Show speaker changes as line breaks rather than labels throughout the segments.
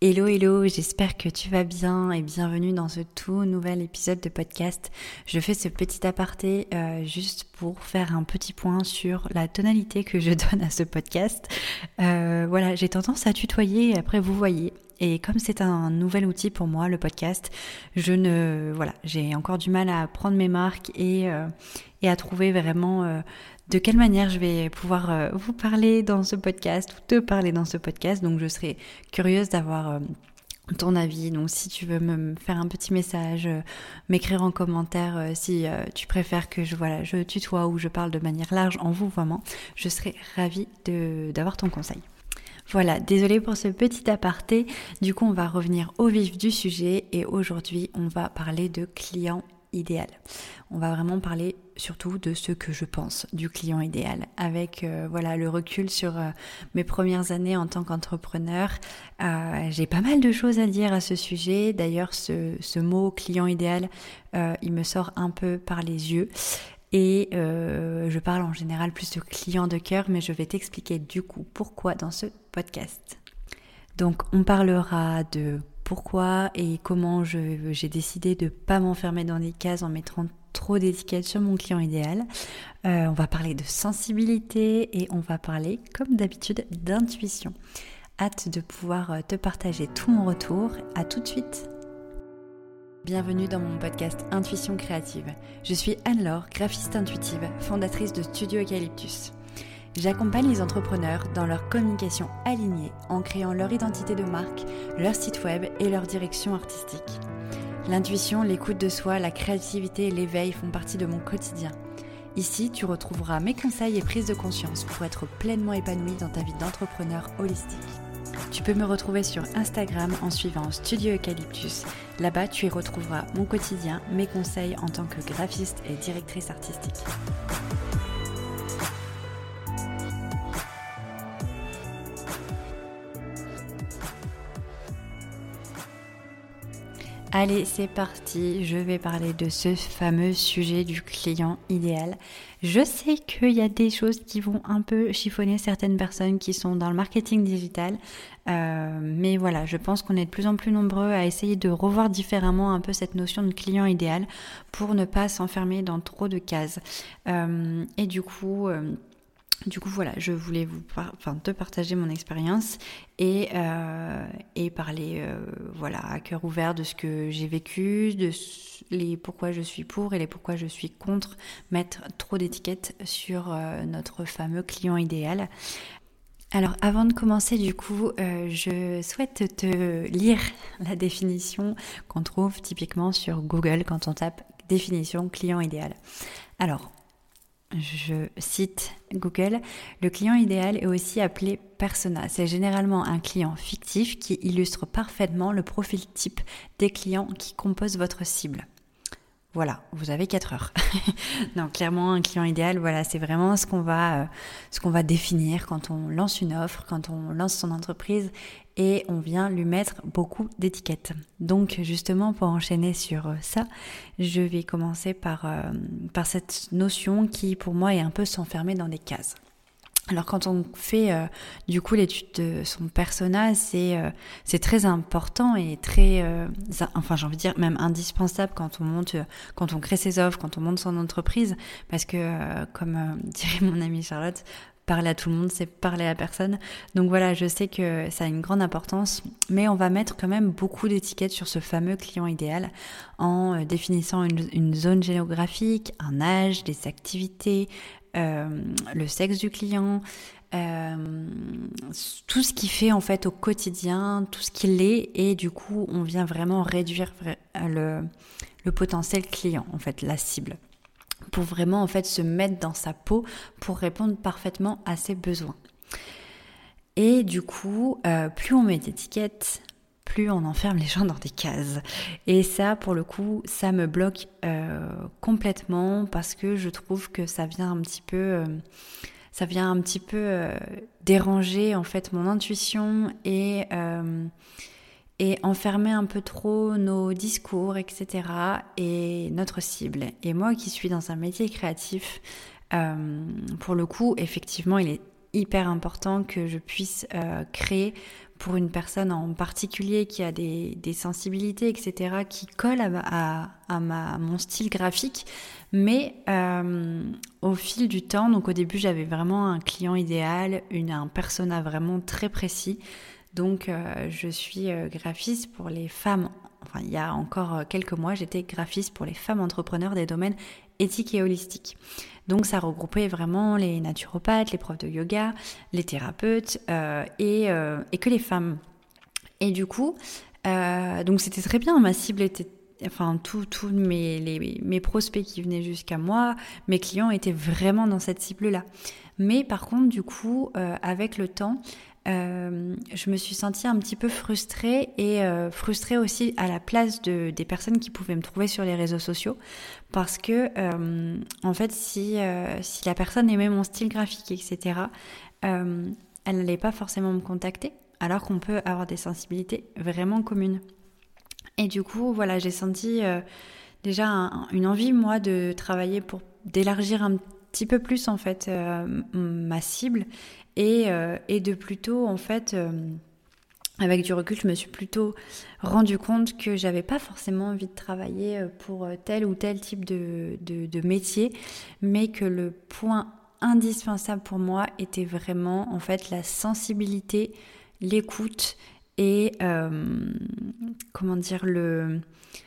Hello, hello, j'espère que tu vas bien et bienvenue dans ce tout nouvel épisode de podcast. Je fais ce petit aparté juste pour faire un petit point sur la tonalité que je donne à ce podcast. Voilà, j'ai tendance à tutoyer et après vous voyez. Et comme c'est un nouvel outil pour moi, le podcast, j'ai encore du mal à prendre mes marques et à trouver vraiment de quelle manière je vais pouvoir vous parler dans ce podcast ou te parler dans ce podcast. Donc je serais curieuse d'avoir ton avis. Donc si tu veux me faire un petit message, m'écrire en commentaire si tu préfères que je tutoie ou je parle de manière large en vouvoiement, je serais ravie d'avoir ton conseil. Voilà, désolée pour ce petit aparté. Du coup, on va revenir au vif du sujet et aujourd'hui, on va parler de client idéal. On va vraiment parler surtout de ce que je pense du client idéal avec le recul sur mes premières années en tant qu'entrepreneur. J'ai pas mal de choses à dire à ce sujet. D'ailleurs, ce mot client idéal, il me sort un peu par les yeux. Et je parle en général plus de clients de cœur, mais je vais t'expliquer du coup pourquoi dans ce podcast. Donc on parlera de pourquoi et comment j'ai décidé de ne pas m'enfermer dans des cases en mettant trop d'étiquettes sur mon client idéal. On va parler de sensibilité et on va parler, comme d'habitude, d'intuition. Hâte de pouvoir te partager tout mon retour. À tout de suite. Bienvenue dans mon podcast Intuition créative. Je suis Anne-Laure, graphiste intuitive, fondatrice de Studio Eucalyptus. J'accompagne les entrepreneurs dans leur communication alignée en créant leur identité de marque, leur site web et leur direction artistique. L'intuition, l'écoute de soi, la créativité et l'éveil font partie de mon quotidien. Ici, tu retrouveras mes conseils et prises de conscience pour être pleinement épanoui dans ta vie d'entrepreneur holistique. Tu peux me retrouver sur Instagram en suivant Studio Eucalyptus. Là-bas, tu y retrouveras mon quotidien, mes conseils en tant que graphiste et directrice artistique. Allez, c'est parti, je vais parler de ce fameux sujet du client idéal. Je sais qu'il y a des choses qui vont un peu chiffonner certaines personnes qui sont dans le marketing digital, mais voilà, je pense qu'on est de plus en plus nombreux à essayer de revoir différemment un peu cette notion de client idéal pour ne pas s'enfermer dans trop de cases. Et du coup, voilà, je voulais te partager mon expérience et parler à cœur ouvert de ce que j'ai vécu, de les pourquoi je suis pour et les pourquoi je suis contre mettre trop d'étiquettes sur notre fameux client idéal. Alors avant de commencer du coup, je souhaite te lire la définition qu'on trouve typiquement sur Google quand on tape définition client idéal. Alors, je cite Google, le client idéal est aussi appelé persona. C'est généralement un client fictif qui illustre parfaitement le profil type des clients qui composent votre cible. Voilà, vous avez 4 heures. Non, clairement, un client idéal, voilà, c'est vraiment ce qu'on va définir quand on lance une offre, quand on lance son entreprise et on vient lui mettre beaucoup d'étiquettes. Donc, justement, pour enchaîner sur ça, je vais commencer par cette notion qui, pour moi, est un peu s'enfermer dans des cases. Alors quand on fait du coup l'étude de son persona, c'est très important et très, j'ai envie de dire même indispensable quand on crée ses offres, quand on monte son entreprise, parce que comme dirait mon amie Charlotte, parler à tout le monde, c'est parler à personne. Donc voilà, je sais que ça a une grande importance, mais on va mettre quand même beaucoup d'étiquettes sur ce fameux client idéal en définissant une zone géographique, un âge, des activités, le sexe du client, tout ce qu'il fait en fait au quotidien, tout ce qu'il est, et du coup on vient vraiment réduire le potentiel client, en fait la cible, pour vraiment en fait se mettre dans sa peau pour répondre parfaitement à ses besoins. Et du coup, plus on met d'étiquettes, plus on enferme les gens dans des cases. Et ça, pour le coup, ça me bloque complètement parce que je trouve que ça vient un petit peu déranger en fait mon intuition et enfermer un peu trop nos discours, etc. et notre cible. Et moi qui suis dans un métier créatif, pour le coup, effectivement, il est hyper important que je puisse créer pour une personne en particulier qui a des sensibilités, etc., qui collent à mon style graphique. Mais au fil du temps, donc au début j'avais vraiment un client idéal, un persona vraiment très précis. Donc je suis graphiste pour les femmes. Enfin, il y a encore quelques mois, j'étais graphiste pour les femmes entrepreneurs des domaines éthiques et holistiques. Donc ça regroupait vraiment les naturopathes, les profs de yoga, les thérapeutes et que les femmes. Et du coup, donc c'était très bien, ma cible était... Enfin, tous mes prospects qui venaient jusqu'à moi, mes clients étaient vraiment dans cette cible-là. Mais par contre, du coup, avec le temps, je me suis sentie un petit peu frustrée et frustrée aussi à la place des personnes qui pouvaient me trouver sur les réseaux sociaux parce que en fait si la personne aimait mon style graphique, etc., elle n'allait pas forcément me contacter alors qu'on peut avoir des sensibilités vraiment communes. Et du coup voilà, j'ai senti déjà une envie moi de travailler pour d'élargir un petit peu plus en fait ma cible et de plutôt en fait avec du recul je me suis plutôt rendu compte que j'avais pas forcément envie de travailler pour tel ou tel type de métier, mais que le point indispensable pour moi était vraiment en fait la sensibilité, l'écoute et comment dire le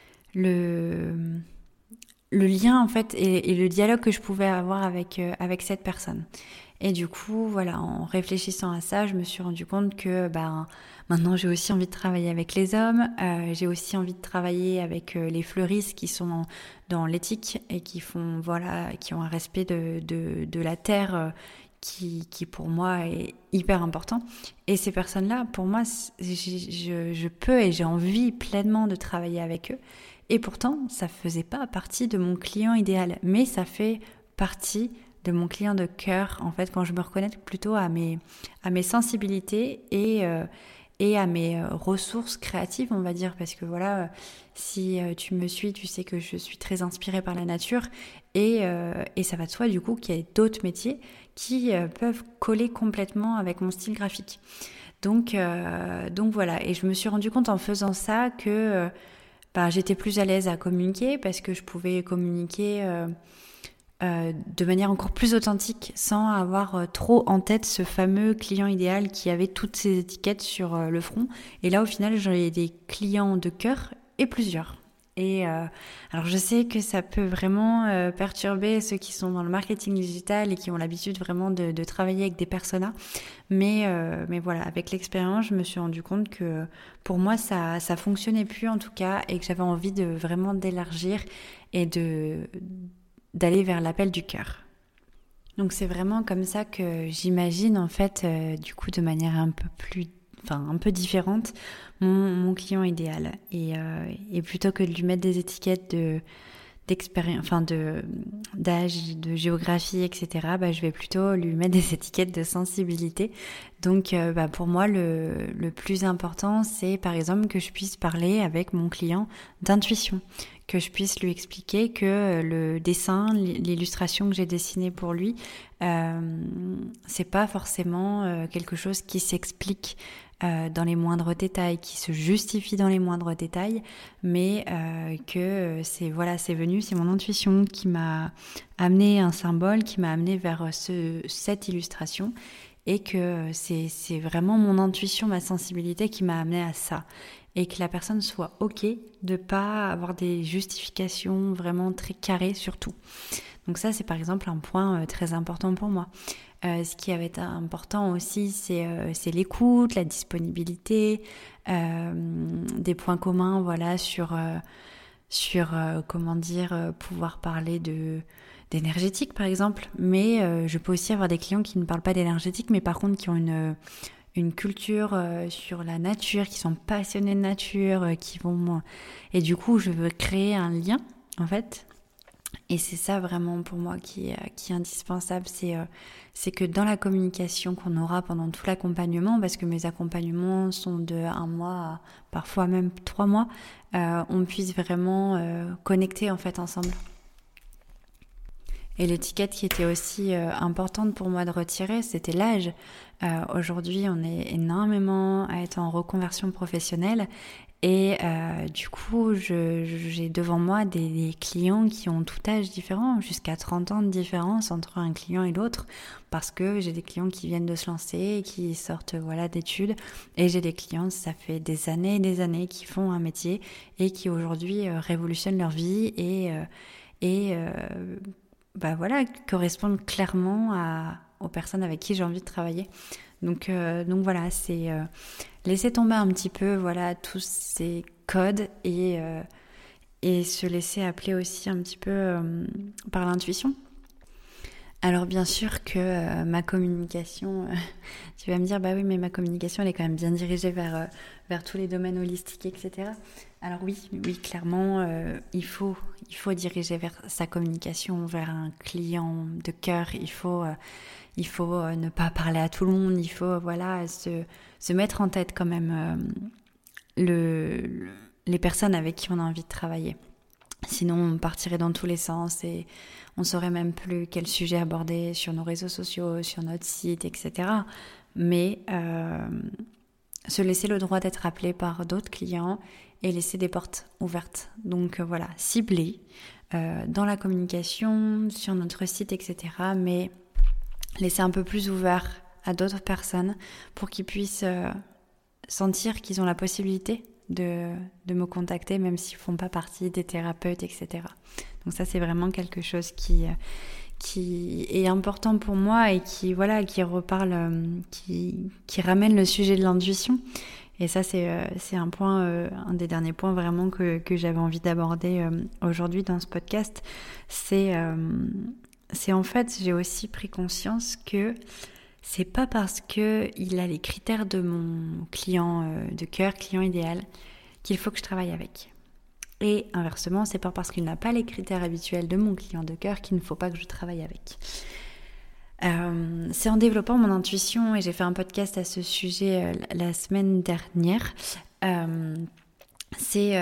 lien en fait et le dialogue que je pouvais avoir avec cette personne. Et du coup, voilà, en réfléchissant à ça, je me suis rendu compte que maintenant j'ai aussi envie de travailler avec les hommes, j'ai aussi envie de travailler avec les fleuristes qui sont dans l'éthique et qui font qui ont un respect de la terre qui pour moi est hyper important. Et ces personnes-là, pour moi, je peux et j'ai envie pleinement de travailler avec eux. Et pourtant, ça faisait pas partie de mon client idéal, mais ça fait partie de mon client de cœur, en fait, quand je me reconnais plutôt à mes sensibilités et à mes ressources créatives, on va dire, parce que voilà, si tu me suis, tu sais que je suis très inspirée par la nature et ça va de soi, du coup, qu'il y a d'autres métiers qui peuvent coller complètement avec mon style graphique. Donc voilà, et je me suis rendu compte en faisant ça que j'étais plus à l'aise à communiquer parce que je pouvais communiquer de manière encore plus authentique sans avoir trop en tête ce fameux client idéal qui avait toutes ces étiquettes sur le front. Et là, au final, j'ai des clients de cœur et plusieurs. Et alors, je sais que ça peut vraiment perturber ceux qui sont dans le marketing digital et qui ont l'habitude vraiment de travailler avec des personas. Mais voilà, avec l'expérience, je me suis rendu compte que pour moi, ça fonctionnait plus en tout cas et que j'avais envie de vraiment d'élargir et d'aller vers l'appel du cœur. Donc c'est vraiment comme ça que j'imagine en fait du coup de manière un peu différente mon client idéal et plutôt que de lui mettre des étiquettes d'expérience, d'âge, de géographie, etc., je vais plutôt lui mettre des étiquettes de sensibilité. Donc pour moi le plus important c'est par exemple que je puisse parler avec mon client d'intuition, que je puisse lui expliquer que le dessin, l'illustration que j'ai dessinée pour lui, c'est pas forcément quelque chose qui s'explique dans les moindres détails, qui se justifie dans les moindres détails, mais que c'est mon intuition qui m'a amené un symbole, qui m'a amené vers cette illustration, et que c'est vraiment mon intuition, ma sensibilité qui m'a amené à ça. Et que la personne soit ok de pas avoir des justifications vraiment très carrées sur tout. Donc ça, c'est par exemple un point très important pour moi. Ce qui va être important aussi, c'est l'écoute, la disponibilité, des points communs, voilà, sur pouvoir parler d'énergétique par exemple. Mais je peux aussi avoir des clients qui ne parlent pas d'énergétique, mais par contre qui ont une culture sur la nature, qui sont passionnés de nature, et du coup je veux créer un lien en fait, et c'est ça vraiment pour moi qui est indispensable, c'est que dans la communication qu'on aura pendant tout l'accompagnement, parce que mes accompagnements sont de 1 mois à parfois même 3 mois, on puisse vraiment connecter en fait ensemble. Et l'étiquette qui était aussi importante pour moi de retirer, c'était l'âge. Aujourd'hui, on est énormément à être en reconversion professionnelle. Et du coup, j'ai devant moi des clients qui ont tout âge différent, jusqu'à 30 ans de différence entre un client et l'autre, parce que j'ai des clients qui viennent de se lancer, qui sortent d'études, et j'ai des clients, ça fait des années et des années, qui font un métier et qui aujourd'hui révolutionnent leur vie correspondent clairement aux personnes avec qui j'ai envie de travailler. Donc voilà, c'est laisser tomber un petit peu tous ces codes et se laisser appeler aussi un petit peu par l'intuition. Alors bien sûr que ma communication, tu vas me dire bah oui mais ma communication elle est quand même bien dirigée vers tous les domaines holistiques, etc. Alors oui clairement il faut diriger vers sa communication vers un client de cœur. Il faut ne pas parler à tout le monde. Il faut se mettre en tête quand même les personnes avec qui on a envie de travailler. Sinon, on partirait dans tous les sens et on ne saurait même plus quel sujet aborder sur nos réseaux sociaux, sur notre site, etc. Mais se laisser le droit d'être appelé par d'autres clients et laisser des portes ouvertes. Donc cibler dans la communication, sur notre site, etc. Mais laisser un peu plus ouvert à d'autres personnes pour qu'ils puissent sentir qu'ils ont la possibilité de me contacter, même s'ils ne font pas partie des thérapeutes, etc. Donc ça, c'est vraiment quelque chose qui est important pour moi et qui reparle, qui ramène le sujet de l'intuition. Et ça, c'est un point, un des derniers points vraiment que j'avais envie d'aborder aujourd'hui dans ce podcast. C'est en fait, j'ai aussi pris conscience que c'est pas parce qu'il a les critères de mon client de cœur, client idéal, qu'il faut que je travaille avec. Et inversement, c'est pas parce qu'il n'a pas les critères habituels de mon client de cœur qu'il ne faut pas que je travaille avec. C'est en développant mon intuition, et j'ai fait un podcast à ce sujet la semaine dernière. C'est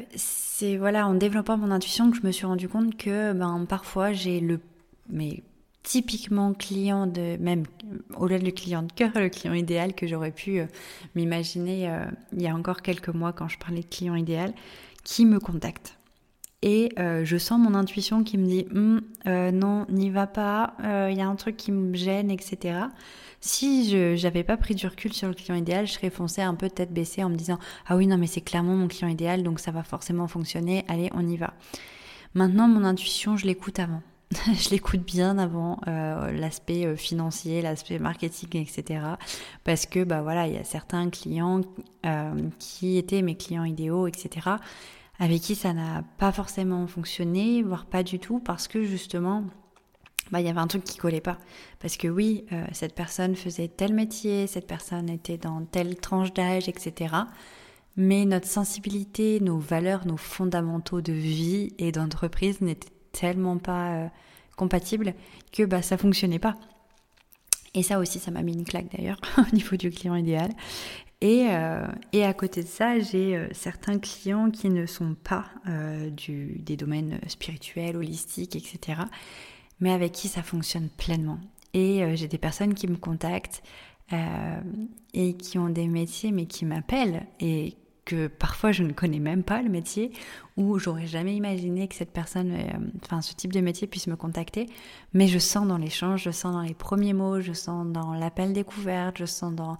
en développant mon intuition que je me suis rendu compte que parfois j'ai typiquement client même au-delà du client de cœur, le client idéal que j'aurais pu m'imaginer il y a encore quelques mois quand je parlais de client idéal, qui me contacte. Et je sens mon intuition qui me dit non, n'y va pas, y a un truc qui me gêne, etc. Si j'avais pas pris du recul sur le client idéal, je serais foncée un peu tête baissée en me disant ah oui non mais c'est clairement mon client idéal donc ça va forcément fonctionner, allez on y va. Maintenant mon intuition je l'écoute avant. Je l'écoute bien avant l'aspect financier, l'aspect marketing, etc. Parce que il y a certains clients qui étaient mes clients idéaux, etc. avec qui ça n'a pas forcément fonctionné, voire pas du tout, parce que justement, il y avait un truc qui collait pas. Parce que oui, cette personne faisait tel métier, cette personne était dans telle tranche d'âge, etc. Mais notre sensibilité, nos valeurs, nos fondamentaux de vie et d'entreprise n'étaient tellement pas compatibles que ça fonctionnait pas. Et ça aussi, ça m'a mis une claque d'ailleurs au niveau du client idéal. Et à côté de ça, j'ai certains clients qui ne sont pas des domaines spirituels, holistiques, etc. mais avec qui ça fonctionne pleinement. Et j'ai des personnes qui me contactent et qui ont des métiers mais qui m'appellent et que parfois je ne connais même pas le métier, ou j'aurais jamais imaginé que cette personne, ce type de métier puisse me contacter, mais je sens dans l'échange, je sens dans les premiers mots, je sens dans l'appel découverte, je sens dans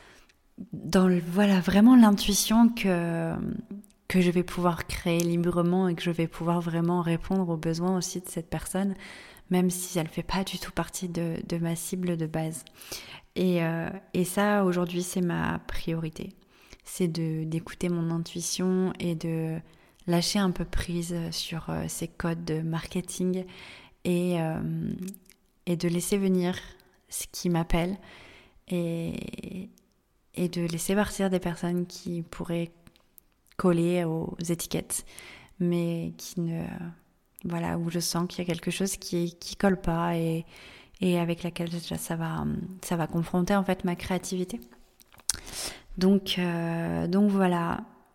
vraiment l'intuition que je vais pouvoir créer librement et que je vais pouvoir vraiment répondre aux besoins aussi de cette personne, même si elle fait pas du tout partie de ma cible de base. Et ça, aujourd'hui, c'est ma priorité. C'est d'écouter mon intuition et de lâcher un peu prise sur ces codes de marketing et de laisser venir ce qui m'appelle et de laisser partir des personnes qui pourraient coller aux étiquettes, mais où je sens qu'il y a quelque chose qui colle pas et avec laquelle ça va confronter en fait ma créativité. Donc voilà,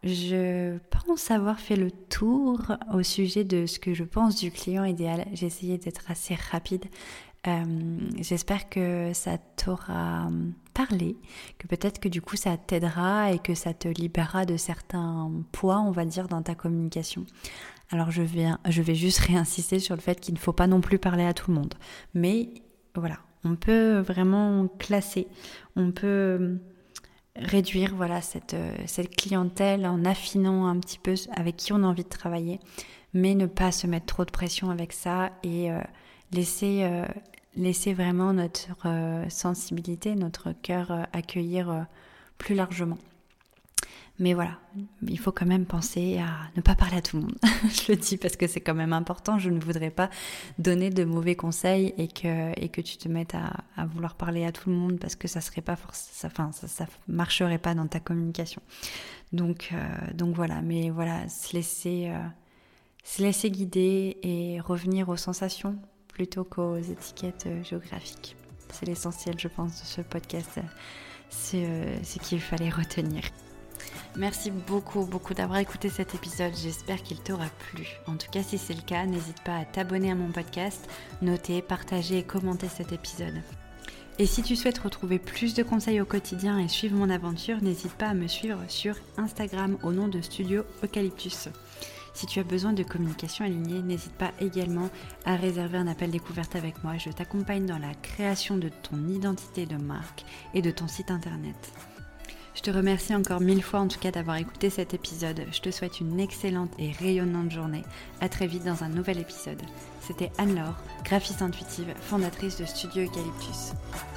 je pense avoir fait le tour au sujet de ce que je pense du client idéal. J'ai essayé d'être assez rapide. J'espère que ça t'aura parlé, que peut-être que du coup ça t'aidera et que ça te libérera de certains poids, on va dire, dans ta communication. Alors je vais juste réinsister sur le fait qu'il ne faut pas non plus parler à tout le monde. Mais voilà, on peut vraiment classer, on peut réduire cette clientèle en affinant un petit peu avec qui on a envie de travailler, mais ne pas se mettre trop de pression avec ça et laisser vraiment notre sensibilité, notre cœur accueillir plus largement. Mais voilà, il faut quand même penser à ne pas parler à tout le monde. Je le dis parce que c'est quand même important. Je ne voudrais pas donner de mauvais conseils et que tu te mettes à vouloir parler à tout le monde parce que ça serait pas ça marcherait pas dans ta communication. Donc voilà, mais voilà, se laisser guider et revenir aux sensations plutôt qu'aux étiquettes géographiques. C'est l'essentiel, je pense, de ce podcast. C'est ce qu'il fallait retenir. Merci beaucoup d'avoir écouté cet épisode, j'espère qu'il t'aura plu. En tout cas, si c'est le cas, n'hésite pas à t'abonner à mon podcast, noter, partager et commenter cet épisode. Et si tu souhaites retrouver plus de conseils au quotidien et suivre mon aventure, n'hésite pas à me suivre sur Instagram au nom de Studio Eucalyptus. Si tu as besoin de communication alignée, n'hésite pas également à réserver un appel découverte avec moi. Je t'accompagne dans la création de ton identité de marque et de ton site internet. Je te remercie encore 1000 fois en tout cas d'avoir écouté cet épisode. Je te souhaite une excellente et rayonnante journée. À très vite dans un nouvel épisode. C'était Anne-Laure, graphiste intuitive, fondatrice de Studio Eucalyptus.